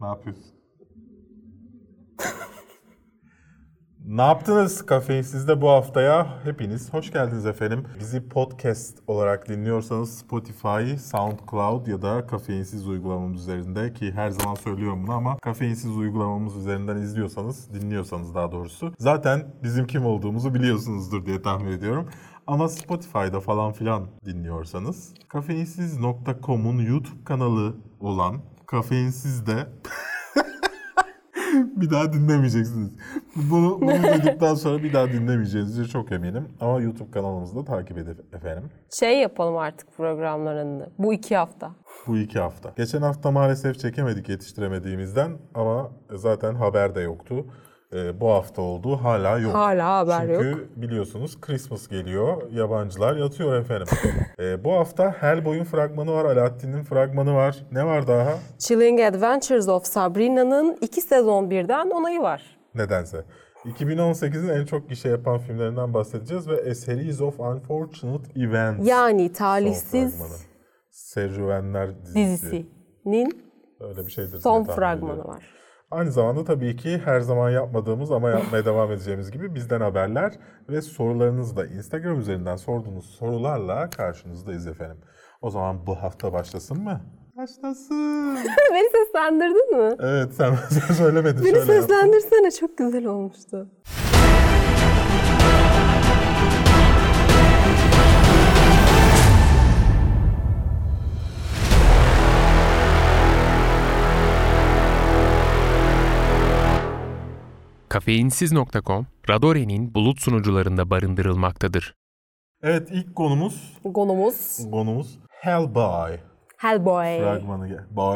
Ne yapıyorsun? Ne yaptınız Kafeinsiz'de bu haftaya? Hepiniz hoş geldiniz efendim. Bizi podcast olarak dinliyorsanız Spotify, SoundCloud ya da Kafeinsiz uygulamamız üzerinde, ki her zaman söylüyorum bunu ama Kafeinsiz uygulamamız üzerinden izliyorsanız, dinliyorsanız daha doğrusu zaten bizim kim olduğumuzu biliyorsunuzdur diye tahmin ediyorum. Ama Spotify'da falan filan dinliyorsanız Kafeinsiz.com'un YouTube kanalı olan Kafeinsiz'de bir daha dinlemeyeceksiniz. Bunu duyduktan sonra bir daha dinlemeyeceğinize çok eminim. Ama YouTube kanalımızı da takip edin efendim. Yapalım artık programlarını. Bu 2 hafta. Bu 2 hafta. Geçen hafta maalesef çekemedik yetiştiremediğimizden ama zaten haber de yoktu. Bu hafta oldu. Hala yok. Hala haber yok. Çünkü biliyorsunuz Christmas geliyor. Yabancılar yatıyor efendim. Bu hafta Hellboy'un fragmanı var. Alaaddin'in fragmanı var. Ne var daha? Chilling Adventures of Sabrina'nın 2 sezon birden onayı var. Nedense. 2018'in en çok gişe yapan filmlerinden bahsedeceğiz ve A Series of Unfortunate Events. Yani talihsiz serüvenler dizisinin öyle bir şeydir. Son fragmanı var. Aynı zamanda tabii ki her zaman yapmadığımız ama yapmaya devam edeceğimiz gibi bizden haberler ve sorularınızı da Instagram üzerinden sorduğunuz sorularla karşınızdayız efendim. O zaman bu hafta başlasın mı? Başlasın. Beni seslendirdin mi? Evet, sen söylemedin. Beni seslendirsene, çok güzel olmuştu. Kafeinsiz.com, Radore'nin bulut sunucularında barındırılmaktadır. Evet, ilk konumuz Hellboy. Fragmanı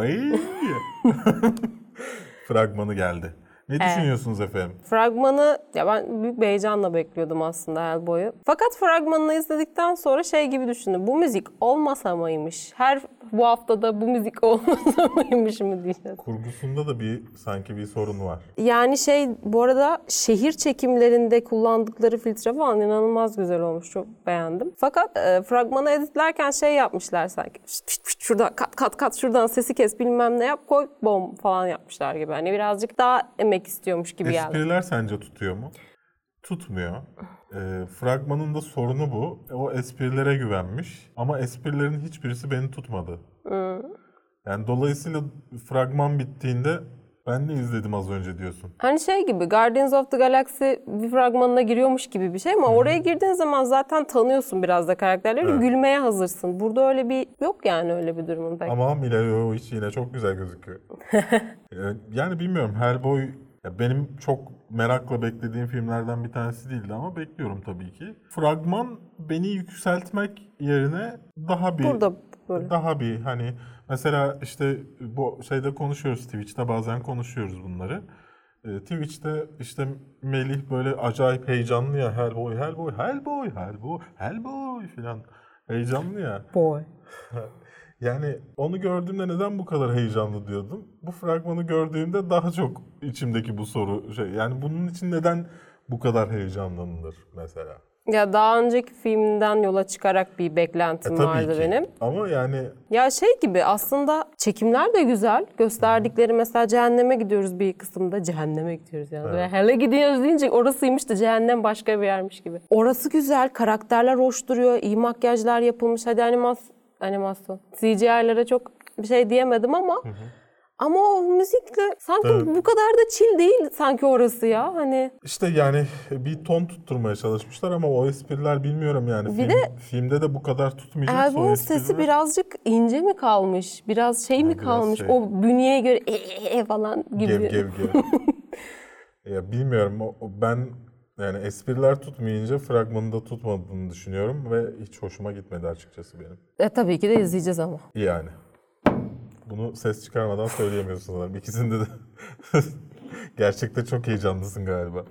Fragmanı geldi. Ne düşünüyorsunuz efendim? Fragmanı, ben büyük bir heyecanla bekliyordum aslında Hellboy'u. Fakat fragmanını izledikten sonra gibi düşündüm. Bu müzik olmasa mıymış? Bu haftada bu müzik olmasa mıymış mı diyeceğiz. Kurgusunda da sanki bir sorun var. Yani bu arada şehir çekimlerinde kullandıkları filtre falan inanılmaz güzel olmuş. Çok beğendim. Fakat fragmanı editlerken yapmışlar sanki. Şuradan kat şuradan sesi kes bilmem ne yap koy bom falan yapmışlar gibi. Hani birazcık daha emek istiyormuş gibi geldi. Espriler sence tutuyor mu? Tutmuyor. Fragmanın da sorunu bu. O esprilere güvenmiş. Ama esprilerin hiçbirisi beni tutmadı. Yani dolayısıyla fragman bittiğinde ben ne izledim az önce diyorsun. Hani gibi Guardians of the Galaxy bir fragmanına giriyormuş gibi bir şey ama oraya girdiğin zaman zaten tanıyorsun biraz da karakterleri. Evet. Gülmeye hazırsın. Burada öyle bir yok yani öyle bir durumun pek. Ama Mila Jovovich yine çok güzel gözüküyor. Yani bilmiyorum, Hellboy benim çok merakla beklediğim filmlerden bir tanesi değildi ama bekliyorum tabii ki. Fragman beni yükseltmek yerine daha bir hani mesela bu konuşuyoruz, Twitch'te bazen konuşuyoruz bunları. Twitch'te Melih böyle acayip heyecanlı ya, Hellboy filan heyecanlı ya. Boy. Yani onu gördüğümde neden bu kadar heyecanlı diyordum. Bu fragmanı gördüğümde daha çok içimdeki bu soru yani bunun için neden bu kadar heyecanlanılır mesela? Ya daha önceki filmden yola çıkarak bir beklentim vardı benim. Ama yani... Ya gibi aslında çekimler de güzel. Gösterdikleri mesela cehenneme gidiyoruz bir kısımda. Cehenneme gidiyoruz yani. Evet. Hele gidiyoruz deyince orasıymış da cehennem başka bir yermiş gibi. Orası güzel. Karakterler hoş duruyor. İyi makyajlar yapılmış. Hadi animasyon. CGI'lere çok bir şey diyemedim ama... Ama o müzikle sanki bu kadar da chill değil sanki orası ya. Hani yani bir ton tutturmaya çalışmışlar ama o espriler bilmiyorum yani. Filmde de bu kadar tutmayacaksa o espriler... sesi birazcık ince mi kalmış? Biraz mi kalmış? O bünyeye göre falan gibi. Gev. Ya bilmiyorum, ben yani espriler tutmayınca fragmanında tutmadığını düşünüyorum ve hiç hoşuma gitmedi açıkçası benim. Tabii ki de izleyeceğiz ama. Yani. Bunu ses çıkarmadan söyleyemiyorsun sanırım. İkisinde de gerçekten çok heyecanlısın galiba.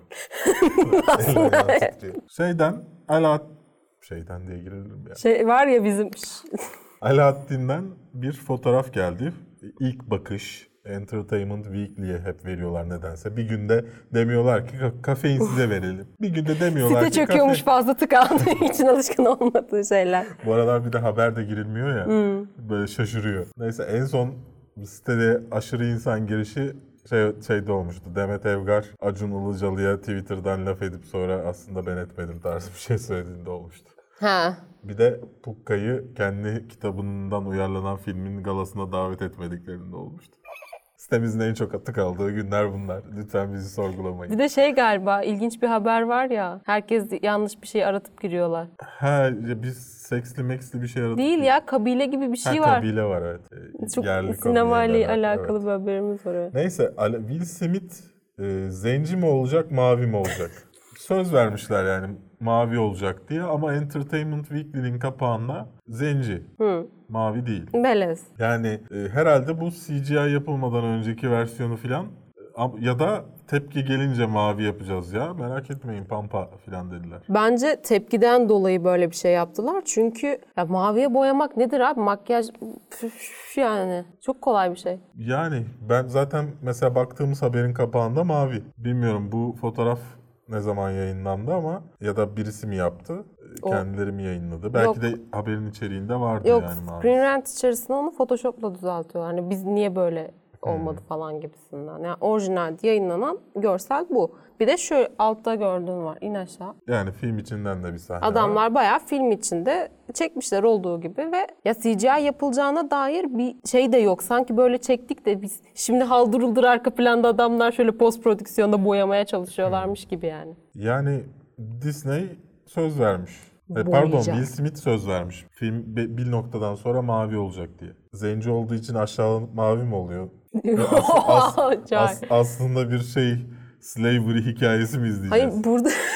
Şeyden diye girelim ya. Var ya bizim. Alaaddin'den bir fotoğraf geldi. İlk bakış Entertainment Weekly'ye hep veriyorlar nedense. Bir günde demiyorlar ki Kafeinsize verelim. Bir günde demiyorlar ki çöküyormuş fazla tıkandığı için alışkın olmadığı şeyler. Bu aralar bir de haber de girilmiyor ya. Böyle şaşırıyor. Neyse en son sitede aşırı insan girişi şeyde olmuştu. Demet Evgar, Acun Ilıcalı'ya Twitter'dan laf edip sonra aslında ben etmedim tarzı bir şey söylediğinde olmuştu. Ha. Bir de Pukka'yı kendi kitabından uyarlanan filmin galasına davet etmediklerinde olmuştu. Sitemizin en çok atı kaldığı günler bunlar. Lütfen bizi sorgulamayın. Bir de galiba ilginç bir haber var ya. Herkes yanlış bir şey aratıp giriyorlar. Ha, biz seksli meksli bir şey aradık. Değil ya, kabile gibi bir şey var. Kabile var, evet. Çok Yerli sinemayla kabileler, alakalı evet. bir haberimiz var. Evet. Neyse, Will Smith zenci mi olacak, mavi mi olacak? Söz vermişler yani mavi olacak diye ama Entertainment Weekly'nin kapağında zenci, mavi değil. Belez. Yani herhalde bu CGI yapılmadan önceki versiyonu filan ya da tepki gelince mavi yapacağız ya. Merak etmeyin pampa filan dediler. Bence tepkiden dolayı böyle bir şey yaptılar. Çünkü ya maviye boyamak nedir abi? Makyaj yani. Çok kolay bir şey. Yani ben zaten mesela baktığımız haberin kapağında mavi. Bilmiyorum bu fotoğraf ne zaman yayınlandı ama ya da birisi mi yaptı? Kendileri mi yayınladı? Belki de haberin içeriğinde vardı Yok, yani mavi. Screen Rant içerisinde onu Photoshop'la düzeltiyorlar. Hani biz niye böyle olmadı falan gibisinden. Yani orijinal yayınlanan görsel bu. Bir de şu altta gördüğün var. İn aşağı. Yani film içinden de bir sahne Adamlar var. bayağı film içinde çekmişler olduğu gibi ve ya CGI yapılacağına dair bir şey de yok. Sanki böyle çektik de biz şimdi haldırıldır arka planda adamlar şöyle post prodüksiyonda boyamaya çalışıyorlarmış gibi yani. Yani Disney söz vermiş. Pardon, Boyayacak. Will Smith söz vermiş. Film bir noktadan sonra mavi olacak diye. Zenci olduğu için aşağılanıp mavi mi oluyor? Aslında bir slavery hikayesi mi izleyeceğiz? Hayır,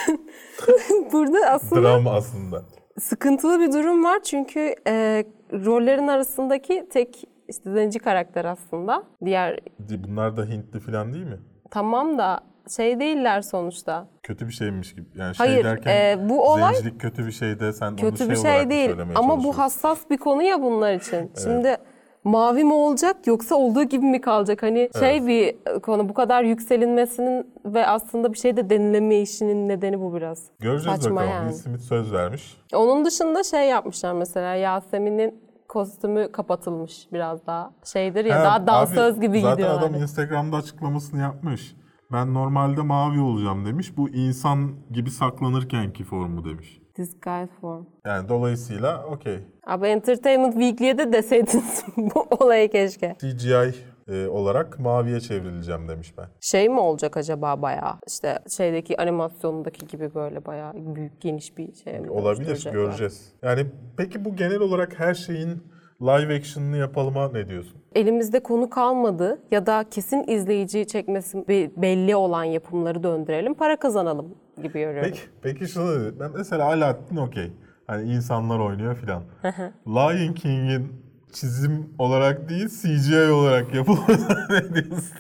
burada aslında Dram aslında. sıkıntılı bir durum var çünkü rollerin arasındaki tek zenci karakter aslında. Diğer Bunlar da Hintli falan değil mi? tamam da değiller sonuçta. Kötü bir şeymiş gibi. Yani Hayır, derken bu olay zencilik kötü bir şey de sen kötü onu bir olarak şey değil söylemeye ama bu çalışıyorsun. hassas bir konu ya bunlar için. Şimdi mavi mi olacak yoksa olduğu gibi mi kalacak? Hani bir konu, bu kadar yükselinmesinin ve aslında bir şey de denilemeyişinin nedeni bu biraz. Göreceğiz Saçma bakalım. yani. Will Smith söz vermiş. Onun dışında yapmışlar mesela, Yasemin'in kostümü kapatılmış biraz daha. Daha dansöz gibi gidiyorlar. Zaten adam Instagram'da açıklamasını yapmış. Ben normalde mavi olacağım demiş. Bu insan gibi saklanırkenki formu demiş. Disguise form. Yani dolayısıyla okey. Abi Entertainment Weekly'ye de deseydiniz bu olayı keşke. CGI olarak maviye çevrileceğim demiş ben. Mi olacak acaba bayağı? İşte şeydeki animasyondaki gibi böyle bayağı büyük, geniş bir şey mi? Olabilir, oluşturacaklar? göreceğiz. Yani peki bu genel olarak her şeyin live action'ını yapalıma ne diyorsun? Elimizde konu kalmadı ya da kesin izleyici çekmesi belli olan yapımları döndürelim, para kazanalım gibi görüyorum. Peki şunu ben mesela Aladdin okey. Hani insanlar oynuyor filan. Lion King'in çizim olarak değil CGI olarak yapılmasına ne diyorsun?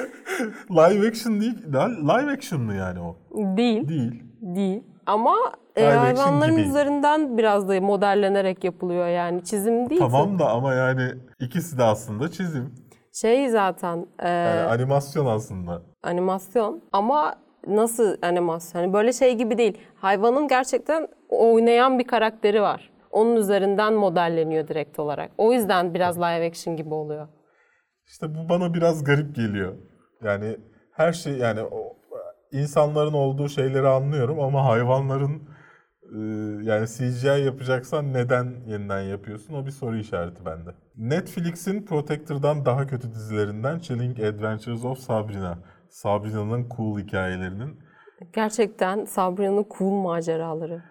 Live action değil. Live action mı yani o? Değil. Değil. Ama Live action hayvanların gibi. üzerinden biraz da modellenerek yapılıyor yani. Çizim değil. Tamam da ama yani ikisi de aslında çizim. Zaten Yani animasyon aslında. animasyon ama nasıl animasyon? Hani böyle gibi değil. Hayvanın gerçekten oynayan bir karakteri var. Onun üzerinden modelleniyor direkt olarak. O yüzden biraz live action gibi oluyor. İşte bu bana biraz garip geliyor. Yani her şey yani insanların olduğu şeyleri anlıyorum ama hayvanların yani CGI yapacaksan neden yeniden yapıyorsun? O bir soru işareti bende. Netflix'in Protector'dan daha kötü dizilerinden Chilling Adventures of Sabrina. Sabrina'nın cool hikayelerinin Gerçekten Sabrina'nın cool maceraları.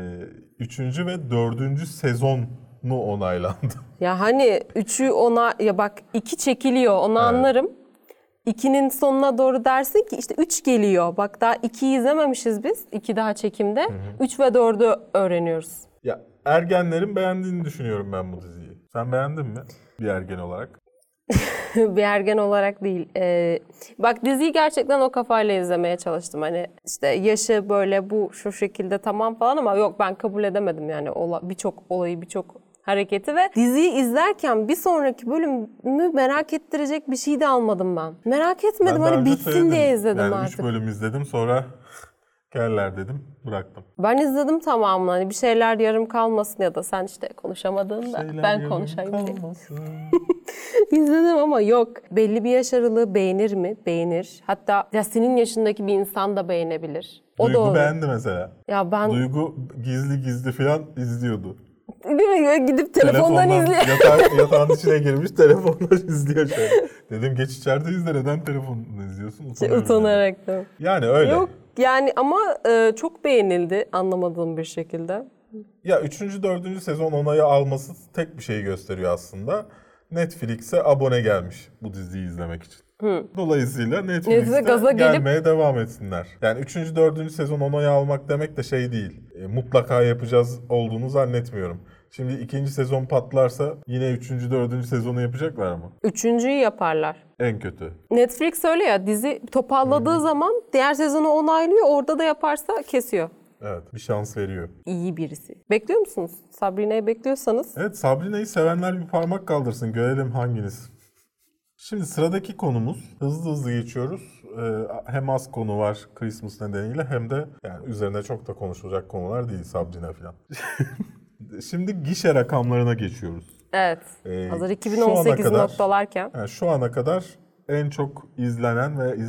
3. ve 4. sezonu onaylandı. Ya hani 3'ü ya bak 2 çekiliyor onu anlarım. 2'nin sonuna doğru dersin ki işte 3 geliyor. Bak daha 2'yi izlememişiz biz. 2 daha çekimde. 3 ve 4'ü öğreniyoruz. Ya ergenlerin beğendiğini düşünüyorum ben bu diziyi. Sen beğendin mi bir ergen olarak? Bir ergen olarak değil. Bak diziyi gerçekten o kafayla izlemeye çalıştım. Hani işte yaşı böyle bu şu şekilde tamam falan ama yok ben kabul edemedim yani birçok olayı, birçok hareketi ve diziyi izlerken bir sonraki bölümü merak ettirecek bir şey de almadım ben. Merak etmedim, Ben daha hani önce bitsin söyledim. diye izledim yani artık. 3 bölüm izledim sonra Keller dedim, bıraktım. Ben izledim tamamını. Hani bir şeyler yarım kalmasın ya da sen işte konuşamadın da Şeyler ben yarım konuşayım diye. kalmasın. İzledim ama yok. Belli bir yaş aralığı beğenir mi? Beğenir. Hatta ya senin yaşındaki bir insan da beğenebilir. O Duygu doğru. beğendi mesela. Ya ben Duygu gizli gizli falan izliyordu. değil mi? Böyle gidip telefondan izliyor. Yatağın içine girmiş telefondan izliyor şöyle. Dedim geç içeride izle, neden telefonla izliyorsun? Utanarak da. Yani öyle. Yok yani ama çok beğenildi anlamadığım bir şekilde. Ya 3. 4. sezon onayı alması tek bir şeyi gösteriyor aslında. Netflix'e abone gelmiş bu diziyi izlemek için. Dolayısıyla Netflix'te gaza gelip- gelmeye devam etsinler. Yani 3. 4. sezon onayı almak demek de şey değil. Mutlaka yapacağız olduğunu zannetmiyorum. Şimdi 2. sezon patlarsa yine 3. 4. sezonu yapacaklar mı? 3.'yü yaparlar. En kötü. Netflix öyle ya, dizi toparladığı zaman diğer sezonu onaylıyor, orada da yaparsa kesiyor. Evet, bir şans veriyor. İyi birisi. Bekliyor musunuz? Sabrina'yı bekliyorsanız. Evet, Sabrina'yı sevenler bir parmak kaldırsın. Görelim hanginiz. Şimdi sıradaki konumuz, hızlı hızlı geçiyoruz. Hem az konu var Christmas nedeniyle hem de yani üzerine çok da konuşulacak konular değil Sabrina falan. Şimdi gişe rakamlarına geçiyoruz. Evet. Hazır şu 2018 ana kadar- noktalarken. Yani şu ana kadar en çok izlenen ve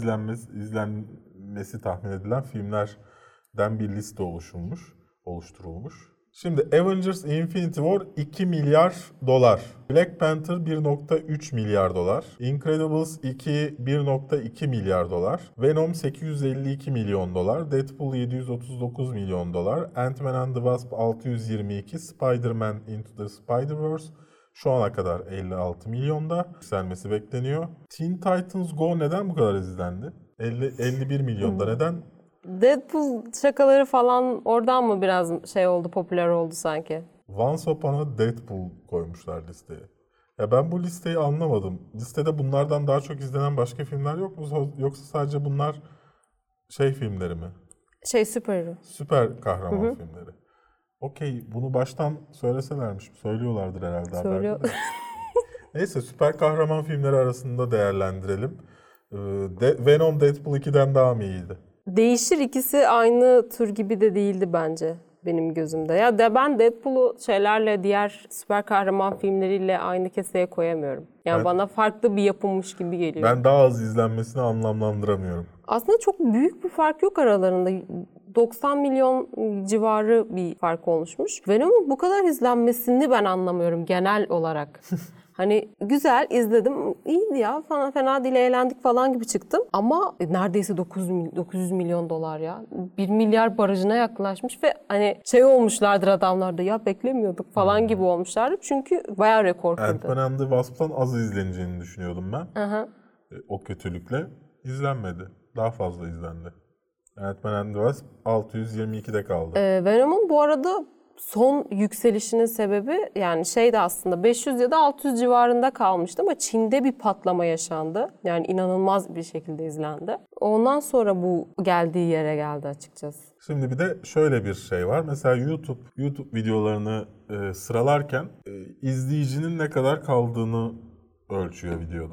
izlenmesi tahmin edilen filmlerden bir liste oluşturulmuş. Şimdi Avengers Infinity War 2 milyar dolar. Black Panther 1.3 milyar dolar. Incredibles 2 1.2 milyar dolar. Venom 852 milyon dolar. Deadpool 739 milyon dolar. Ant-Man and the Wasp 622. Spider-Man Into the Spider-Verse şu ana kadar 56 milyonda. Yükselmesi bekleniyor. Teen Titans Go neden bu kadar izlendi? 51 milyonda. Neden? Deadpool şakaları falan oradan mı biraz şey oldu, popüler oldu sanki? Once Upon a Deadpool koymuşlar listeye. Ya ben bu listeyi anlamadım. Listede bunlardan daha çok izlenen başka filmler yok mu? Yoksa sadece bunlar şey filmleri mi? Süper. Süper kahraman filmleri. Okey, bunu baştan söyleselermiş. Söylüyorlardır herhalde. Söylüyor. haberde de. Neyse, süper kahraman filmleri arasında değerlendirelim. Venom Deadpool 2'den daha mı iyiydi? Değişir, ikisi aynı tür gibi de değildi bence benim gözümde. Ya de ben Deadpool'u şeylerle, diğer süper kahraman filmleriyle aynı keseye koyamıyorum. Yani bana farklı bir yapılmış gibi geliyor. Ben daha az izlenmesini anlamlandıramıyorum. Aslında çok büyük bir fark yok aralarında. 90 milyon civarı bir fark oluşmuş. Venom'un bu kadar izlenmesini ben anlamıyorum genel olarak. Hani güzel izledim, iyiydi ya, fena değil, eğlendik falan gibi çıktım. Ama neredeyse 900 milyon dolar ya. 1 milyar barajına yaklaşmış ve hani şey olmuşlardır adamlar da, ya beklemiyorduk falan gibi olmuşlardı. Çünkü bayağı rekor kırdı. Ant-Man and the Wasp'tan az izleneceğini düşünüyordum ben. O kötülükle. İzlenmedi. Daha fazla izlendi. Ant-Man and the Wasp 622'de kaldı. Venom'un bu arada son yükselişinin sebebi yani şeydi aslında, 500 ya da 600 civarında kalmıştı ama Çin'de bir patlama yaşandı. Yani inanılmaz bir şekilde izlendi. Ondan sonra bu geldiği yere geldi açıkçası. Şimdi bir de şöyle bir şey var. Mesela YouTube videolarını sıralarken izleyicinin ne kadar kaldığını ölçüyor videoda.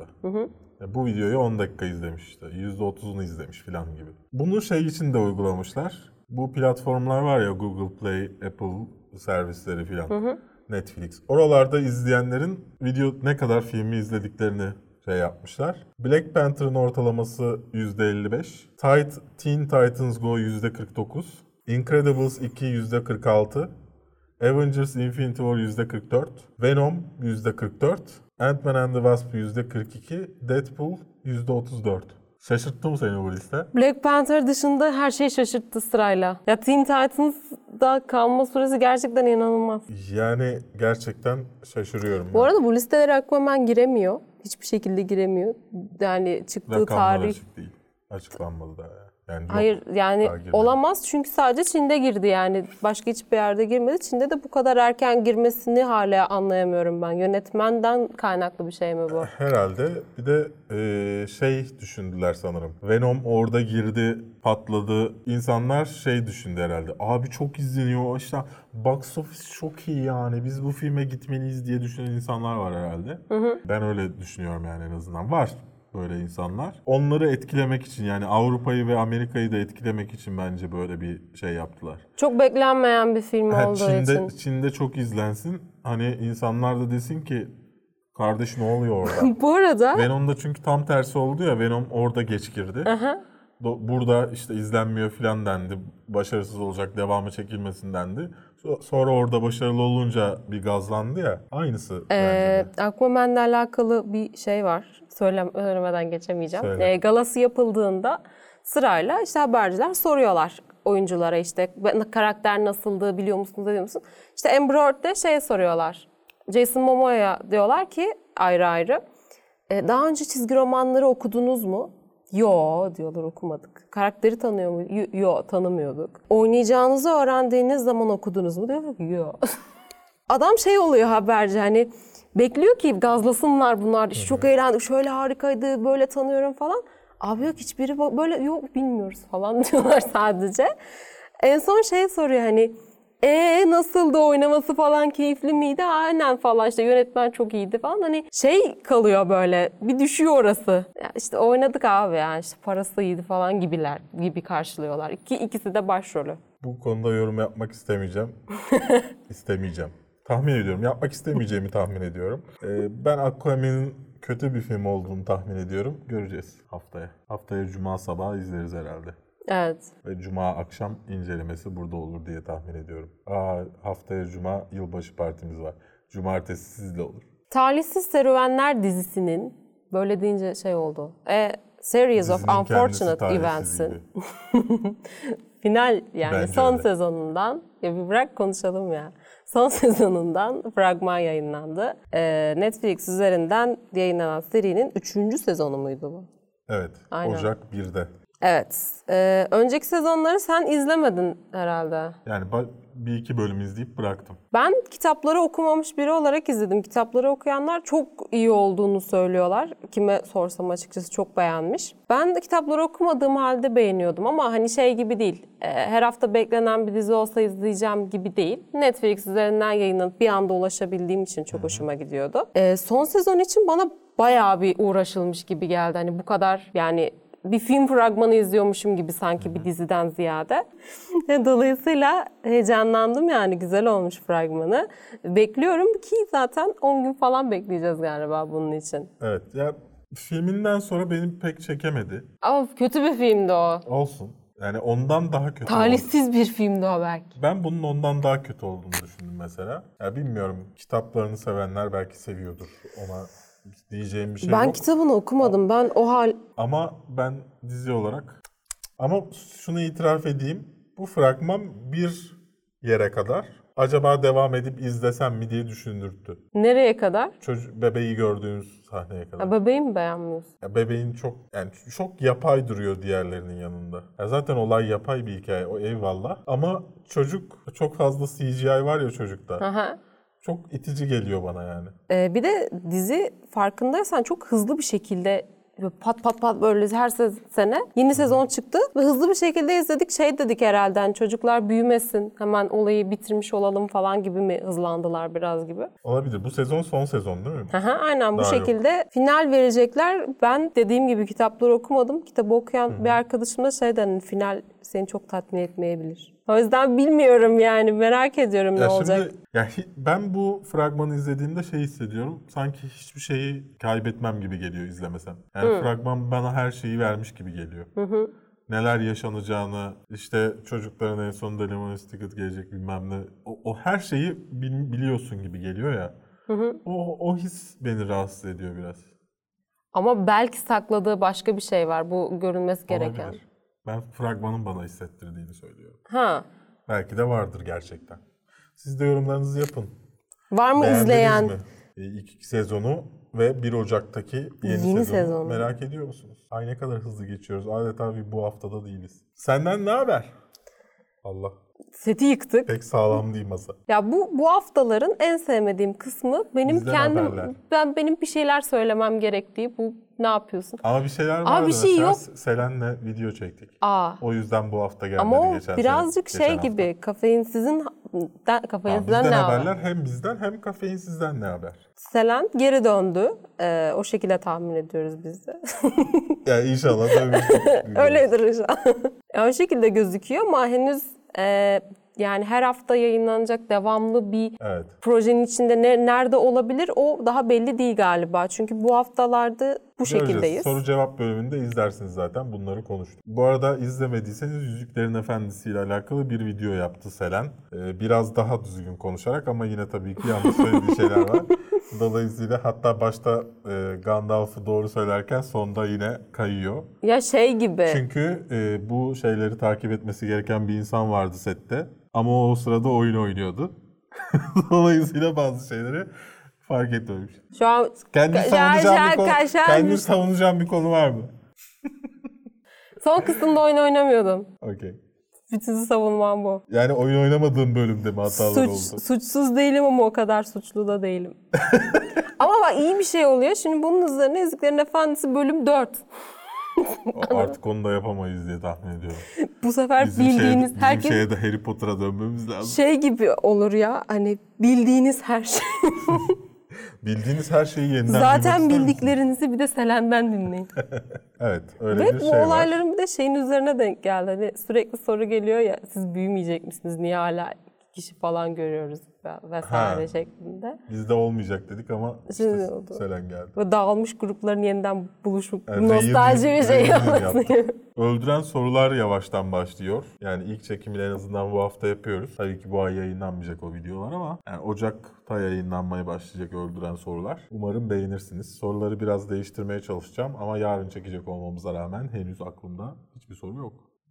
Bu videoyu 10 dakika izlemiş işte. %30'unu izlemiş falan gibi. Bunu şey için de uygulamışlar. Bu platformlar var ya, Google Play, Apple servisleri falan, Netflix. Oralarda izleyenlerin ne kadar filmi izlediklerini şey yapmışlar. Black Panther'ın ortalaması %55. Teen Titans Go %49. Incredibles 2 %46. Avengers Infinity War %44. Venom %44. Ant-Man and the Wasp %42. Deadpool %34. Şaşırttı mı seni bu liste? Black Panther dışında her şey şaşırttı sırayla. Ya Teen Titans'da kalma süresi gerçekten inanılmaz. Yani gerçekten şaşırıyorum. Bu arada bu listelere Aquaman giremiyor. Hiçbir şekilde giremiyor. Yani çıktığı Rakamlar tarih... açık değil. Açıklanmadı daha ya. Yani yok, Hayır yani daha girmedi. olamaz çünkü sadece Çin'de girdi yani. Başka hiçbir yerde girmedi. Çin'de de bu kadar erken girmesini hala anlayamıyorum ben. Yönetmenden kaynaklı bir şey mi bu? Herhalde bir de şey düşündüler sanırım. Venom orada girdi, patladı. İnsanlar şey düşündü herhalde. Abi çok izleniyor işte, box office çok iyi yani. Biz bu filme gitmeliyiz diye düşünen insanlar var herhalde. Ben öyle düşünüyorum yani en azından. Var. böyle insanlar. Onları etkilemek için, yani Avrupa'yı ve Amerika'yı da etkilemek için bence böyle bir şey yaptılar. Çok beklenmeyen bir film olduğu için. Çin'de çok izlensin. Hani insanlar da desin ki kardeş ne oluyor orada? Bu arada Venom'da çünkü tam tersi oldu ya, Venom orada geç girdi. Burada işte izlenmiyor filan dendi. Başarısız olacak, devamı çekilmesin dendi. Sonra orada başarılı olunca bir gazlandı ya. Aynısı bence de. Aquaman'la alakalı bir şey var. Söylemeden geçemeyeceğim. Söyle. Galası yapıldığında sırayla işte haberciler soruyorlar oyunculara, işte karakter nasıldı, biliyor musunuz, ediyor musun? İşte Amber Heard'de şeye soruyorlar. Jason Momoa'ya diyorlar ki ayrı ayrı. Daha önce çizgi romanları okudunuz mu? Yo diyorlar, okumadık. Karakteri tanıyor mu? Yo, tanımıyorduk. Oynayacağınızı öğrendiğiniz zaman okudunuz mu? Diyorlar ki yo. Adam şey oluyor, haberci, hani bekliyor ki gazlasınlar bunlar. İşte çok eğlendik, şöyle harikaydı, böyle tanıyorum falan. Abi yok, hiçbiri böyle yok, bilmiyoruz falan diyorlar sadece. En son şey soruyor, hani nasıldı, oynaması falan keyifli miydi? Aynen falan, işte yönetmen çok iyiydi falan. Hani şey kalıyor böyle, bir düşüyor orası. Ya işte oynadık abi, yani işte parası iyiydi falan gibi karşılıyorlar. İkisi de başrolü. Bu konuda yorum yapmak istemeyeceğim. İstemeyeceğim. Tahmin ediyorum. Yapmak istemeyeceğimi tahmin ediyorum. Ben Aquaman'ın kötü bir film olduğunu tahmin ediyorum. Göreceğiz haftaya. Haftaya Cuma sabahı izleriz herhalde. Evet. Ve Cuma akşam incelemesi burada olur diye tahmin ediyorum. Haftaya Cuma yılbaşı partimiz var. Cumartesi sizde olur. Talihsiz Serüvenler dizisinin, böyle deyince şey oldu. Series of Dizinin Unfortunate kendisi Events'in final, yani Bence son öyle. sezonundan, ya bir bırak konuşalım ya. Son sezonundan fragman yayınlandı. Netflix üzerinden yayınlanan serinin 3. sezonu muydu bu? Evet. Aynen. Ocak 1'de. Evet. Önceki sezonları sen izlemedin herhalde. Yani bir iki bölüm izleyip bıraktım. Ben kitapları okumamış biri olarak izledim. Kitapları okuyanlar çok iyi olduğunu söylüyorlar. Kime sorsam açıkçası çok beğenmiş. Ben de kitapları okumadığım halde beğeniyordum ama hani şey gibi değil. Her hafta beklenen bir dizi olsa izleyeceğim gibi değil. Netflix üzerinden yayınlanıp bir anda ulaşabildiğim için çok hoşuma gidiyordu. Son sezon için bana bayağı bir uğraşılmış gibi geldi. Hani bu kadar, yani bir film fragmanı izliyormuşum gibi sanki bir diziden ziyade. Dolayısıyla heyecanlandım, yani güzel olmuş fragmanı. Bekliyorum ki zaten 10 gün falan bekleyeceğiz galiba bunun için. Evet. Ya filminden sonra beni pek çekemedi. Ama kötü bir filmdi o. Olsun. Yani ondan daha kötü oldu. Talihsiz bir filmdi o belki. Ben bunun ondan daha kötü olduğunu düşündüm mesela. Ya bilmiyorum, kitaplarını sevenler belki seviyordur. Ona diyeceğim bir şey Ben yok. kitabını okumadım. Ben o hal... Ama ben dizi olarak... Ama şunu itiraf edeyim. Bu fragman bir yere kadar acaba devam edip izlesem mi diye düşündürttü. Nereye kadar? Bebeği gördüğümüz sahneye kadar. Bebeği mi beğenmiyorsun? Ya bebeğin çok yapay duruyor diğerlerinin yanında. Ya zaten olay yapay bir hikaye, o eyvallah. Ama çok fazla CGI var ya çocukta. Aha. Çok itici geliyor bana yani. Bir de dizi, farkındaysan, çok hızlı bir şekilde pat pat pat böyle her sene yeni sezon çıktı ve hızlı bir şekilde izledik. Şey dedik herhalde, hani çocuklar büyümesin, hemen olayı bitirmiş olalım falan gibi mi hızlandılar biraz gibi. Olabilir. Bu sezon son sezon değil mi? Aha, aynen bu Daha şekilde final verecekler. Ben dediğim gibi kitapları okumadım. Kitabı okuyan bir arkadaşım da şey dedi, final seni çok tatmin etmeyebilir. O yüzden bilmiyorum, yani merak ediyorum ne olacak. Ben bu fragmanı izlediğimde şey hissediyorum. Sanki hiçbir şeyi kaybetmem gibi geliyor izlemesem. Yani fragman bana her şeyi vermiş gibi geliyor. Neler yaşanacağını, işte çocukların en sonunda Lemon's Ticket gelecek bilmem ne. O her şeyi biliyorsun gibi geliyor ya. O his beni rahatsız ediyor biraz. Ama belki sakladığı başka bir şey var. Bu görülmesi gereken. Olabilir. Ben fragmanın bana hissettirdiğini söylüyorum. Ha. Belki de vardır gerçekten. Siz de yorumlarınızı yapın. Var mı Beğendiniz izleyen? mi? İlk sezonu ve 1 Ocak'taki yeni sezonu merak ediyor musunuz? Ay ne kadar hızlı geçiyoruz. Adeta bu haftada değiliz. Senden ne haber? Allah. Seti yıktık. Pek sağlam değil masa. Ya bu haftaların en sevmediğim kısmı benim Bizden haberler. benim bir şeyler söylemem gerektiği. Bu ne yapıyorsun? Ama bir şeyler vardı. bir şey mesela yok. Selen'le video çektik. Aa. O yüzden bu hafta gelmedi, Ama o geçen birazcık geçen şey hafta. gibi, kafeinsizin Kafeinsiz'den Bizden ne haberler haber? hem bizden hem kafeinsizden ne haber? Selen geri döndü. O şekilde tahmin ediyoruz biz de. Ya inşallah tabii. Öyledir inşallah. O şekilde gözüküyor ama henüz yani her hafta yayınlanacak devamlı bir Evet. projenin içinde nerede olabilir o daha belli değil galiba. Çünkü bu haftalarda bu Göreceğiz. şekildeyiz. Soru cevap bölümünde izlersiniz zaten, bunları konuştuk. Bu arada izlemediyseniz Yüzüklerin Efendisi ile alakalı bir video yaptı Selen. Biraz daha düzgün konuşarak ama yine tabii ki yanlış söylediği şeyler var. Dolayısıyla hatta başta Gandalf'ı doğru söylerken sonda yine kayıyor. Ya şey gibi. Çünkü bu şeyleri takip etmesi gereken bir insan vardı sette. Ama o sırada oyun oynuyordu. Dolayısıyla bazı şeyleri fark etmemiş. Şu an Kendini savunacağım bir konu var mı? son kısımda oyun oynamıyordum. Okey. Bütün savunmam bu. Yani oyun oynamadığın bölümde mi hatalar oldu? Suçsuz değilim ama o kadar suçlu da değilim. Ama bak iyi bir şey oluyor. Şimdi bunun üzerine Yüzüklerin Efendisi bölüm 4. Artık onu da yapamayız diye tahmin ediyorum. Bu sefer bildiğiniz bizim şeye de Harry Potter'a dönmemiz lazım. şey gibi olur ya, hani bildiğiniz her şey. Bildiğiniz her şeyi yeniden Zaten bildiklerinizi bir de Selen'den dinleyin. Evet, öyle Ve bir bu şey var. olayların bir de şeyin üzerine denk geldi. Hani sürekli soru geliyor ya, siz büyümeyecek misiniz? Niye hala 2 kişi falan görüyoruz vesaire şeklinde. Bizde olmayacak dedik ama Şimdi işte oldu. Selen geldi. Ve dağılmış grupların yeniden buluşup Evet, nostalji bir şey yapması. Öldüren sorular yavaştan başlıyor. Yani ilk çekimini en azından bu hafta yapıyoruz. Tabii ki bu ay yayınlanmayacak o videolar ama yani Ocak'ta yayınlanmaya başlayacak Öldüren sorular. Umarım beğenirsiniz. Soruları biraz değiştirmeye çalışacağım ama yarın çekecek olmamıza rağmen henüz aklımda hiçbir soru yok.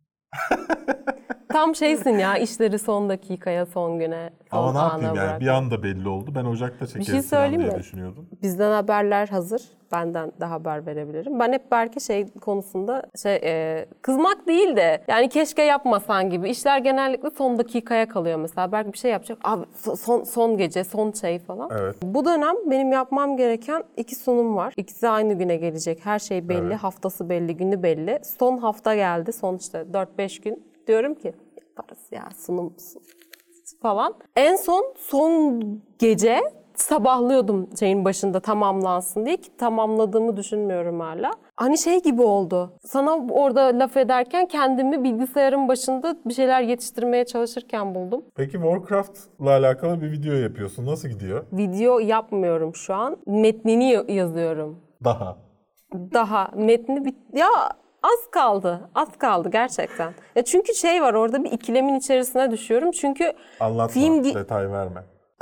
Tam şeysin ya, işleri son dakikaya, son güne, son Ama ne ana yapayım yani bırak. bir anda belli oldu. Ben Ocak'ta çekeriz şey söyleyeyim diye mi? düşünüyordum. Bizden haberler hazır. Benden de haber verebilirim. Ben hep Berke şey konusunda kızmak değil de yani keşke yapmasan gibi. İşler genellikle son dakikaya kalıyor mesela. Berke bir şey yapacak. Abi son gece, son şey falan. Evet. Bu dönem benim yapmam gereken 2 sunum var. İkisi aynı güne gelecek. Her şey belli. Evet. Haftası belli, günü belli. Son hafta geldi. Son işte 4-5 gün. Diyorum ki yaparız ya sunum falan. En son gece sabahlıyordum şeyin başında tamamlansın diye, ki tamamladığımı düşünmüyorum hala. Hani şey gibi oldu. Sana orada laf ederken kendimi bilgisayarın başında bir şeyler yetiştirmeye çalışırken buldum. Peki Warcraft'la alakalı bir video yapıyorsun. Nasıl gidiyor? Video yapmıyorum şu an. Metnini yazıyorum. Daha metni ya az kaldı gerçekten. Ya çünkü şey var, orada bir ikilemin içerisine düşüyorum. Çünkü Anlatma, detay verme.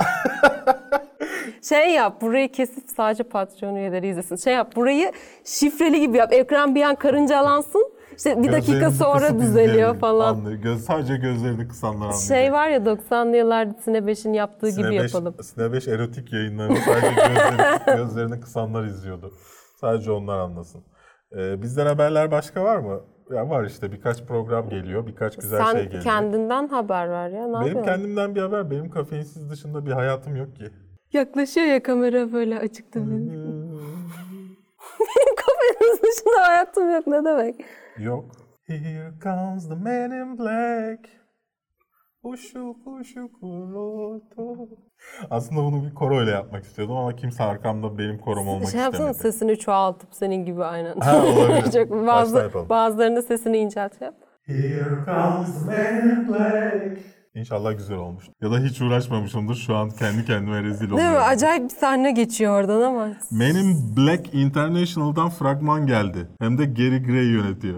şey yap, burayı kesip sadece Patreon üyeleri izlesin. Şey yap, burayı şifreli gibi yap. Ekran bir an karıncalansın. İşte bir dakika Gözlerimizi sonra kısıp düzeliyor izleyelim. falan. Sadece gözlerini kısanlar anlayacak. Şey var ya, 90'lı yıllarda Sine 5'in yaptığı gibi yapalım. Sine 5 erotik yayınlarını sadece gözlerini kısanlar izliyordu. Sadece onlar anlasın. Bizden haberler başka var mı? Ya var işte, birkaç program geliyor, birkaç güzel şey geliyor. Sen kendinden haber ver ya, ne Benim yapıyorsun? kendimden bir haber, benim kafeinsiz dışında bir hayatım yok ki. Yaklaşıyor ya kamera, böyle açıkta benim. Benim kafeinsiz dışında hayatım yok, ne demek? Yok. Here comes the man in black. Kuroto. Aslında bunu bir koro ile yapmak istiyordum ama kimse arkamda benim korom olmak Şey yapsana, istemedi. sesini çoğaltıp senin gibi aynen. Ha, olabilir. Çok, Baştan yapalım. bazılarında sesini inceltip yap. Here comes the man in black. İnşallah güzel olmuş. Ya da hiç uğraşmamışımdır. Şu an kendi kendime rezil Değil oluyorum. mi? Acayip bir sahne geçiyor oradan ama. Man in Black International'dan fragman geldi. Hem de Gary Gray yönetiyor.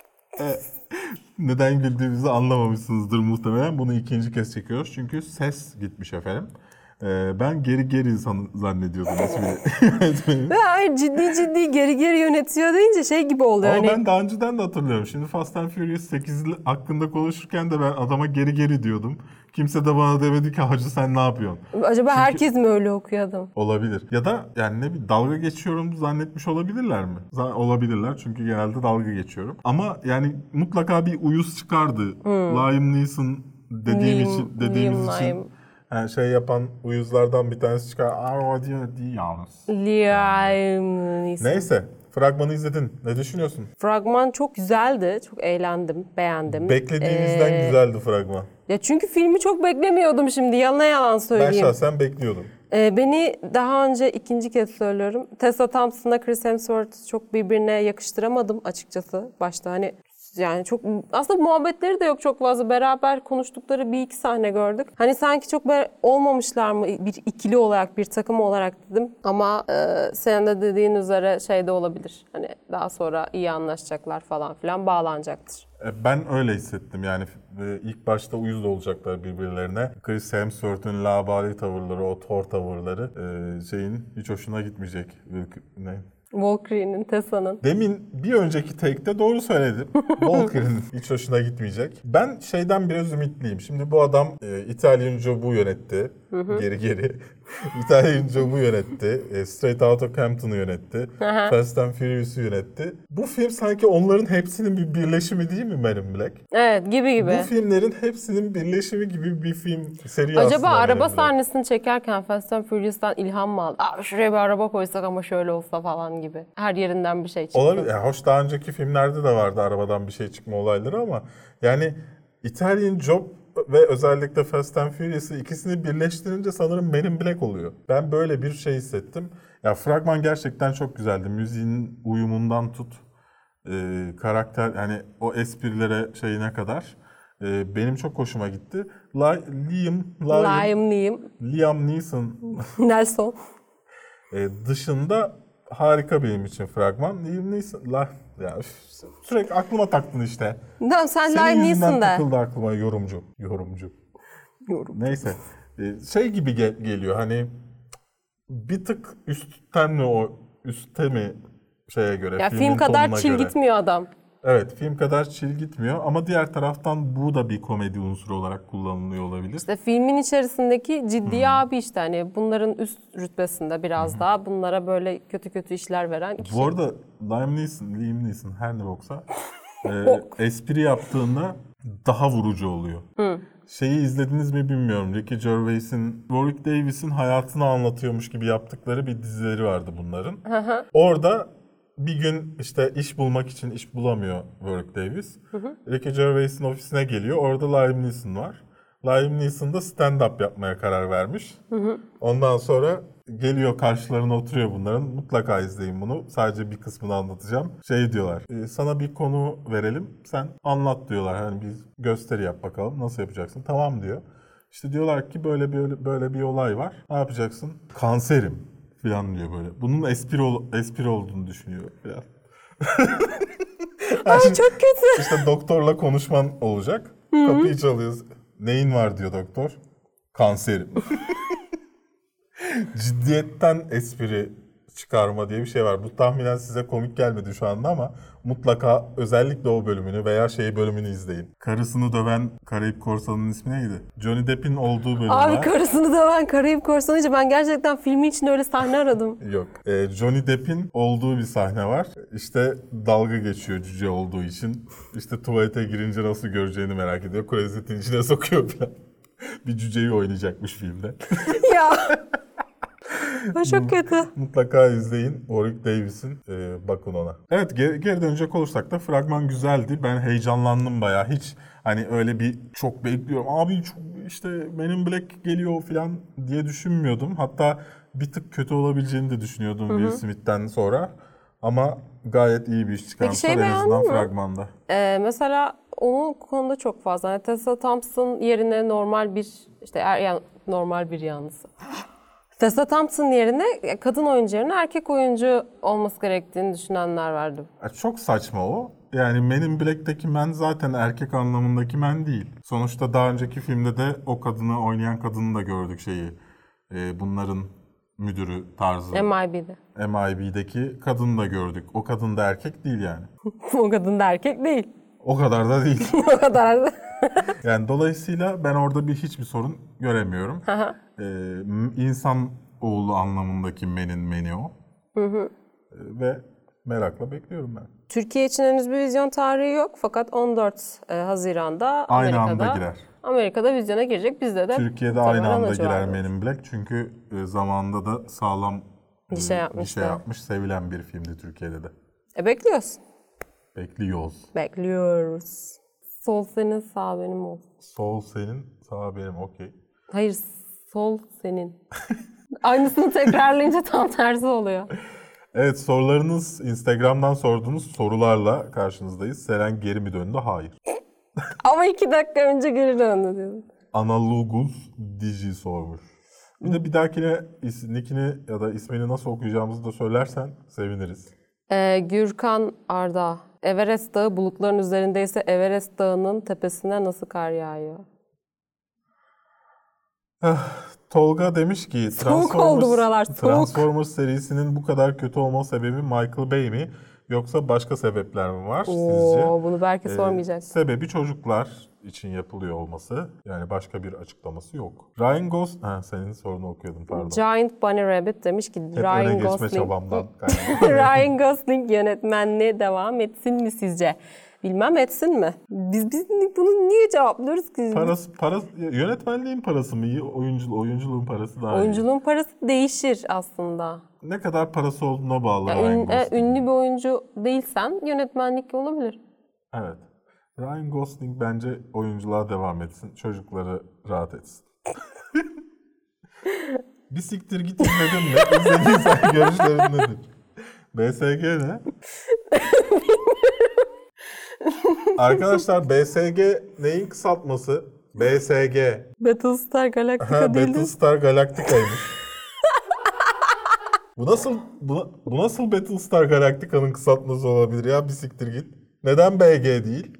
Neden güldüğümüzü anlamamışsınızdır muhtemelen. Bunu ikinci kez çekiyoruz. Çünkü ses gitmiş efendim. Ben Gary zannediyordum ismini. Ve hayır, ciddi geri yönetiyor deyince şey gibi oluyor. Ama hani... ben daha önceden de hatırlıyorum. Şimdi Fast and Furious 8 hakkında konuşurken de ben adama geri diyordum. Kimse de bana demedi ki hacı sen ne yapıyorsun? Acaba herkes mi öyle okuyor adam? Olabilir. Ya da yani ne bir dalga geçiyorum zannetmiş olabilirler mi? Olabilirler çünkü genelde dalga geçiyorum. Ama yani mutlaka bir uyuz çıkardı. Liam Neeson dediğimiz için yani şey yapan uyuzlardan bir tanesi çıkar. Aa, o diyor değil yalnız. Liam Neeson. Neyse. Fragmanı izledin. Ne düşünüyorsun? Fragman çok güzeldi. Çok eğlendim, beğendim. Beklediğimizden güzeldi fragman. Ya çünkü filmi çok beklemiyordum şimdi. Yalan söyleyeyim. Ben şahsen bekliyordum. Beni daha önce ikinci kez söylüyorum. Tessa Thompson'la Chris Hemsworth çok birbirine yakıştıramadım açıkçası. Başta hani yani çok aslında muhabbetleri de yok çok fazla. Beraber konuştukları bir iki sahne gördük. Hani sanki çok olmamışlar mı bir ikili olarak, bir takım olarak dedim. Ama senin de dediğin üzere şey de olabilir. Hani daha sonra iyi anlaşacaklar falan filan bağlanacaktır. Ben öyle hissettim yani ilk başta uyuz da olacaklar birbirlerine. Chris Hemsworth'un labali tavırları, o Thor tavırları şeyin hiç hoşuna gitmeyecek. Ne? Valkyrie'nin, Tessa'nın. Demin bir önceki take'te doğru söyledim. Valkyrie'nin hiç hoşuna gitmeyecek. Ben şeyden biraz ümitliyim. Şimdi bu adam İtalyan Job'u yönetti. Geri. İtalyan Job'u yönetti. Straight Outta Compton'u yönetti. Fast and Furious'u yönetti. Bu film sanki onların hepsinin bir birleşimi değil mi Men in Black? Evet, gibi. Bu filmlerin hepsinin birleşimi gibi bir film seri Acaba aslında. araba sahnesini çekerken Fast and Furious'tan ilham mı aldı? Abi şuraya bir araba koysak ama şöyle olsa falan gibi. Her yerinden bir şey çıktı. Olabilir. Yani hoş daha önceki filmlerde de vardı arabadan bir şey çıkma olayları ama yani Italian Job ve özellikle Fast and Furious'ı ikisini birleştirince sanırım Men in Black oluyor. Ben böyle bir şey hissettim. Ya fragman gerçekten çok güzeldi. Müziğin uyumundan tut, karakter yani o esprilere şeyine kadar benim çok hoşuma gitti. Liam Neeson Nelson. Dışında harika benim için fragman. Liam Neeson ya sürekli aklıma taktın işte. Tamam sen Senin Liam yüzünden Neeson de. takıldı aklıma yorumcu. Neyse. Şey gibi geliyor hani bir tık üstte mi şeye göre. Ya film kadar chill gitmiyor adam. Evet, film kadar chill gitmiyor ama diğer taraftan bu da bir komedi unsuru olarak kullanılıyor olabilir. İşte filmin içerisindeki ciddi abi işte hani bunların üst rütbesinde biraz daha bunlara böyle kötü işler veren kişi. Bu arada Liam Neeson her ne boksa espri yaptığında daha vurucu oluyor. Şeyi izlediniz mi bilmiyorum. Ricky Gervais'in, Warwick Davis'in hayatını anlatıyormuş gibi yaptıkları bir dizileri vardı bunların. Orada bir gün işte iş bulmak için iş bulamıyor Warwick Davis. Ricky Gervais'in ofisine geliyor. Orada Liam Neeson var. Liam Neeson da stand-up yapmaya karar vermiş. Ondan sonra geliyor karşılarına oturuyor bunların. Mutlaka izleyin bunu. Sadece bir kısmını anlatacağım. Şey diyorlar. Sana bir konu verelim. Sen anlat diyorlar. Hani bir gösteri yap bakalım. Nasıl yapacaksın? Tamam diyor. İşte diyorlar ki böyle bir olay var. Ne yapacaksın? Kanserim falan diyor böyle. Bunun espri olduğunu düşünüyor falan. Ay çok kötü. İşte doktorla konuşman olacak. Kapıyı çalıyoruz. Neyin var diyor doktor. Kanserim. Ciddiyetten espri çıkarma diye bir şey var. Bu tahminen size komik gelmedi şu anda ama mutlaka özellikle o bölümünü veya bölümünü izleyin. Karısını döven Karayip Korsanı'nın ismi neydi? Johnny Depp'in olduğu bölüm var. Abi karısını döven Karayip Korsanı'nca ben gerçekten filmin içinde öyle sahne aradım. Yok. Johnny Depp'in olduğu bir sahne var. İşte dalga geçiyor cüce olduğu için. İşte tuvalete girince nasıl göreceğini merak ediyor. Klozetin içine sokuyor falan. Bir cüceyi oynayacakmış filmde. Ya. O çok kötü. Mutlaka izleyin Warwick Davis'in. Bakın ona. Evet geri dönecek olursak da fragman güzeldi. Ben heyecanlandım bayağı. Hiç hani öyle bir çok bekliyorum. Abi çok işte Men in Black geliyor falan diye düşünmüyordum. Hatta bir tık kötü olabileceğini de düşünüyordum Will Smith'ten sonra. Ama gayet iyi bir iş çıkarmışlar en azından fragmanda. Mesela onun konuda çok fazla. Yani Tessa Thompson yerine normal bir yalnız. Tessa Thompson yerine kadın oyuncu yerine erkek oyuncu olması gerektiğini düşünenler vardı. Çok saçma o. Yani Men in Black'teki men zaten erkek anlamındaki men değil. Sonuçta daha önceki filmde de o kadını oynayan kadını da gördük bunların müdürü tarzı. MIB'deki kadını da gördük. O kadın da erkek değil yani. O kadın da erkek değil. O kadar da değil. O kadar da. Yani dolayısıyla ben orada hiçbir sorun göremiyorum. İnsan oğlu anlamındaki meni o. Ve merakla bekliyorum ben. Türkiye için henüz bir vizyon tarihi yok fakat 14 Haziran'da aynı anda girer. Amerika'da vizyona girecek. Bizde de Türkiye'de aynı anda girer Men in Black çünkü zamanında da sağlam Gişe yapmıştı. Gişe yapmış, sevilen bir filmdi Türkiye'de de. Bekliyoruz. Bekliyoruz. Bekliyoruz. Sol senin, sağ benim olsun. Sol senin, sağ benim, okey. Hayır, sol senin. Aynısını tekrarlayınca tam tersi oluyor. Evet, sorularınız Instagram'dan sorduğunuz sorularla karşınızdayız. Seren geri mi döndü? Hayır. Ama 2 dakika önce geri döndü diyorum. Analoguz Digi sormuş. Bir de bir dahakine nickini ya da ismini nasıl okuyacağımızı da söylersen seviniriz. Gürkan Arda. Everest Dağı bulutların üzerindeyse Everest Dağı'nın tepesine nasıl kar yağıyor? Tolga demiş ki Soğuk oldu buralar, soğuk. Transformers serisinin bu kadar kötü olma sebebi Michael Bay mi? Yoksa başka sebepler mi var sizce? Bunu belki sormayacak. Sebebi çocuklar için yapılıyor olması. Yani başka bir açıklaması yok. Ryan Gosling... senin sorunu okuyordum pardon. Giant Bunny Rabbit demiş ki Hep öne Ryan geçme Gosling... çabamdan. Ryan Gosling yönetmenliğe devam etsin mi sizce? Bilmem etsin mi? Biz bunu niye cevaplıyoruz ki? Yönetmenliğin parası mı iyi? Oyunculuğun parası daha iyi. Oyunculuğun parası değişir aslında. Ne kadar parası olduğuna bağlı Yani Ryan Gosling. ünlü bir oyuncu değilsen yönetmenlik olabilir. Evet. Ryan Gosling bence oyunculuğa devam etsin. Çocukları rahat etsin. Bir siktir git izledin mi? İzlediysen görüşlerin nedir? BSG ne? Arkadaşlar BSG neyin kısaltması? BSG. Battlestar Galactica değil de. Battlestar Galactica'ymış. Bu nasıl Battlestar Galactica'nın kısaltması olabilir ya? Bir siktir git. Neden BG değil?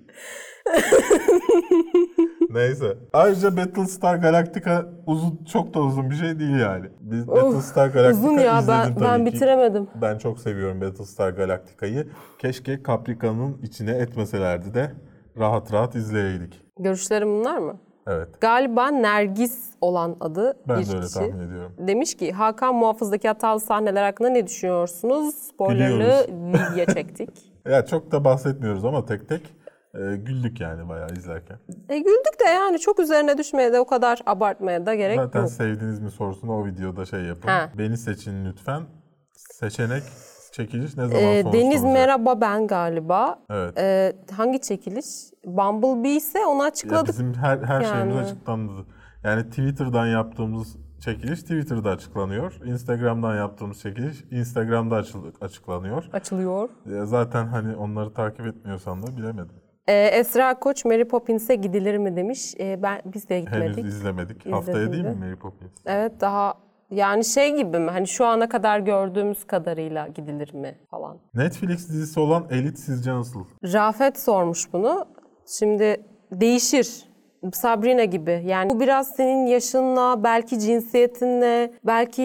Neyse. Ayrıca Battlestar Galactica çok da uzun bir şey değil yani. Biz Battlestar Galactica uzun ya, izledim tabii ben ki. bitiremedim. Ben çok seviyorum Battlestar Galactica'yı. Keşke Capricorn'un içine etmeselerdi de rahat rahat izleyeydik. Görüşlerim bunlar mı? Evet. Galiba Nergis olan adı Ben bir de öyle kişi. tahmin ediyorum. Demiş ki Hakan Muhafız'daki hatalı sahneler hakkında ne düşünüyorsunuz? Spoilerlı video çektik. Ya çok da bahsetmiyoruz ama tek tek güldük yani bayağı izlerken. Güldük de yani çok üzerine düşmeye de o kadar abartmaya da gerek Zaten yok. sevdiğiniz mi sorusunu o videoda şey yapın. Ha. Beni seçin lütfen. Seçenek çekiliş ne zaman sonuçlanacak? Deniz merhaba ben galiba. Evet. Hangi çekiliş? Bumblebee ise onu Ya açıkladık. bizim her şeyimiz Yani. açıklandı. Yani Twitter'dan yaptığımız çekiliş Twitter'da açıklanıyor. Instagram'dan yaptığımız çekiliş Instagram'da açıklanıyor. Açılıyor. Zaten hani onları takip etmiyorsan da bilemedim. Esra Koç Mary Poppins'e gidilir mi demiş. Biz de gitmedik. Henüz izlemedik. İzledim Haftaya değil de. mi Mary Poppins? Evet daha yani şey gibi mi? Hani şu ana kadar gördüğümüz kadarıyla gidilir mi falan. Netflix dizisi olan Elite sizce nasıl? Rafet sormuş bunu. Şimdi değişir. Sabrina gibi. Yani bu biraz senin yaşınla, belki cinsiyetinle, belki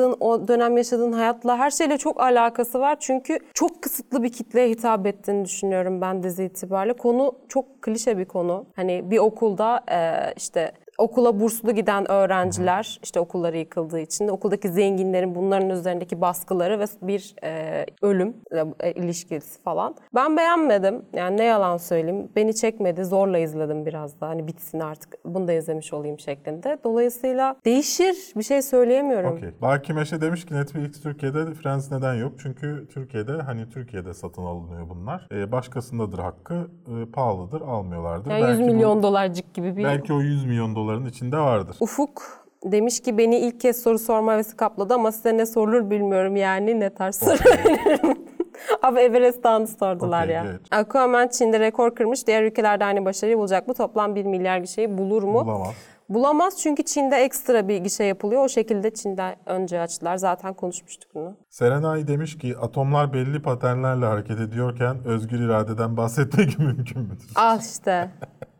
o dönem yaşadığın hayatla her şeyle çok alakası var. Çünkü çok kısıtlı bir kitleye hitap ettiğini düşünüyorum ben dizi itibariyle. Konu çok klişe bir konu. Hani bir okulda işte okula burslu giden öğrenciler, işte okulları yıkıldığı için de okuldaki zenginlerin bunların üzerindeki baskıları ve bir ölüm ilişkisi falan. Ben beğenmedim. Yani ne yalan söyleyeyim. Beni çekmedi. Zorla izledim biraz da. Hani bitsin artık. Bunu da izlemiş olayım şeklinde. Dolayısıyla değişir. Bir şey söyleyemiyorum. Okey. Baki Meşe demiş ki Netflix Türkiye'de Friends neden yok? Çünkü Türkiye'de satın alınıyor bunlar. Başkasındadır hakkı. Pahalıdır. Almıyorlardır. Yani 100 milyon dolarcık gibi bir... Belki o 100 milyon doların içinde vardır. Ufuk demiş ki beni ilk kez soru sorma hevesi kapladı ama size ne sorulur bilmiyorum yani ne tarz soru veririm. Abi Everest Dağı'nı sordular Okay, ya. evet. Aquaman Çin'de rekor kırmış. Diğer ülkelerde aynı başarıyı bulacak mı? Toplam 1 milyar gişeyi bulur mu? Bulamaz. Bulamaz çünkü Çin'de ekstra bir gişe yapılıyor. O şekilde Çin'de önce açtılar. Zaten konuşmuştuk bunu. Serenay demiş ki atomlar belli paternlerle hareket ediyorken özgür iradeden bahsetmek mümkün müdür? Al işte.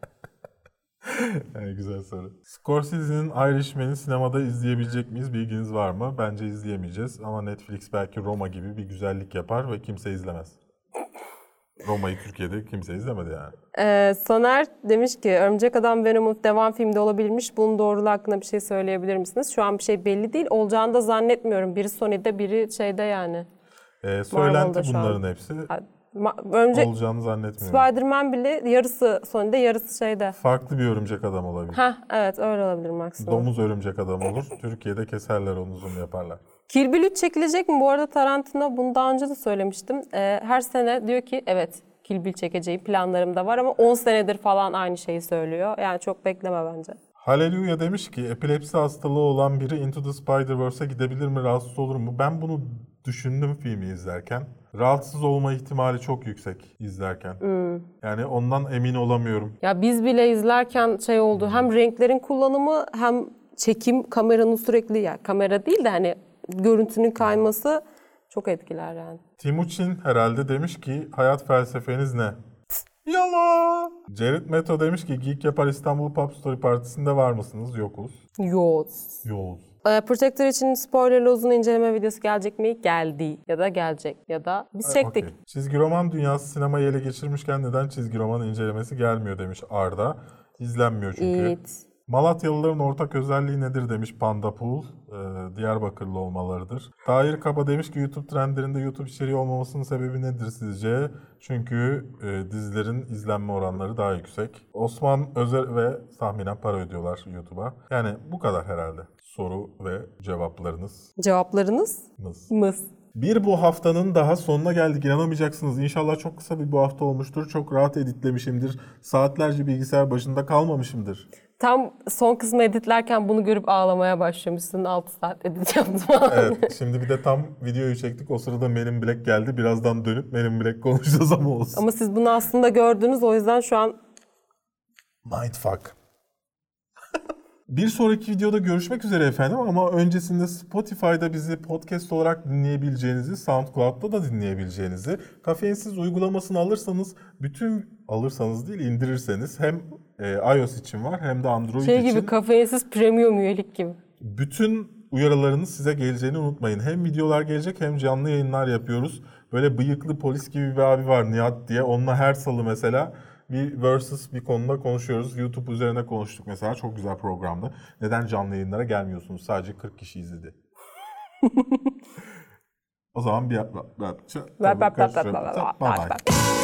Yani güzel soru. Scorsese'nin Irishman'i sinemada izleyebilecek miyiz? Bilginiz var mı? Bence izleyemeyeceğiz ama Netflix belki Roma gibi bir güzellik yapar ve kimse izlemez. Roma'yı Türkiye'de kimse izlemedi yani. Soner demiş ki Örümcek Adam Venom'un devam filmde olabilmiş. Bunun doğruluğu hakkında bir şey söyleyebilir misiniz? Şu an bir şey belli değil. Olacağını da zannetmiyorum. Biri Sony'de biri şeyde yani. Söylenti şu an. bunların hepsi. Olacağını zannetmiyorum. Spider-Man bile yarısı Sony'de yarısı şeyde. Farklı bir örümcek adam olabilir. Evet öyle olabilir maksimum. Domuz örümcek adam olur. Türkiye'de keserler onu zoom yaparlar. Kill Bill 3 çekilecek mi? Bu arada Tarantino bunu daha önce de söylemiştim. Her sene diyor ki evet Kill Bill çekeceğim planlarımda var ama 10 senedir falan aynı şeyi söylüyor. Yani çok bekleme bence. Hallelujah demiş ki epilepsi hastalığı olan biri Into the Spider-Verse'e gidebilir mi, rahatsız olur mu? Ben bunu düşündüm filmi izlerken. Rahatsız olma ihtimali çok yüksek izlerken. Yani ondan emin olamıyorum. Ya biz bile izlerken şey oldu. Hem renklerin kullanımı hem çekim kameranın sürekli yani kamera değil de hani görüntünün kayması çok etkiler yani. Timuçin herhalde demiş ki hayat felsefeniz ne? Yala! Jared Meto demiş ki Geek Yapar İstanbul Pop Story Partisi'nde var mısınız? Yokuz. Yoğuz. Yoğuz. Protector için spoilerlı uzun inceleme videosu gelecek mi? Geldi. Ya da gelecek. Ya da biz çektik. Okay. Çizgi roman dünyası sinemayı ele geçirmişken neden çizgi roman incelemesi gelmiyor demiş Arda. İzlenmiyor çünkü. Evet. Malatyalıların ortak özelliği nedir demiş Panda Pool. Diyarbakırlı olmalarıdır. Tahir Kaba demiş ki YouTube trendlerinde YouTube içeriği olmamasının sebebi nedir sizce? Çünkü dizilerin izlenme oranları daha yüksek. Osman Özer ve tahminen para ödüyorlar YouTube'a. Yani bu kadar herhalde. Soru ve cevaplarınız. Cevaplarınız? Mız. Bir bu haftanın daha sonuna geldik. İnanamayacaksınız. İnşallah çok kısa bir bu hafta olmuştur. Çok rahat editlemişimdir. Saatlerce bilgisayar başında kalmamışımdır. Tam son kısmı editlerken bunu görüp ağlamaya başlamışsın. 6 saat edit yaptım falan. Evet, şimdi bir de tam videoyu çektik. O sırada Men in Black geldi. Birazdan dönüp Men in Black konuşacağız ama olsun. Ama siz bunu aslında gördünüz. O yüzden şu an... Mindfuck. Bir sonraki videoda görüşmek üzere efendim ama öncesinde Spotify'da bizi podcast olarak dinleyebileceğinizi, SoundCloud'da da dinleyebileceğinizi, Kafeinsiz uygulamasını alırsanız değil indirirseniz hem iOS için var hem de Android için. gibi kafeinsiz premium üyelik gibi. Bütün uyarılarının size geleceğini unutmayın. Hem videolar gelecek hem canlı yayınlar yapıyoruz. Böyle bıyıklı polis gibi bir abi var Nihat diye. Onunla her salı mesela bir versus bir konuda konuşuyoruz. YouTube üzerine konuştuk mesela. Çok güzel programdı. Neden canlı yayınlara gelmiyorsunuz? Sadece 40 kişi izledi. O zaman bir... Bye bye.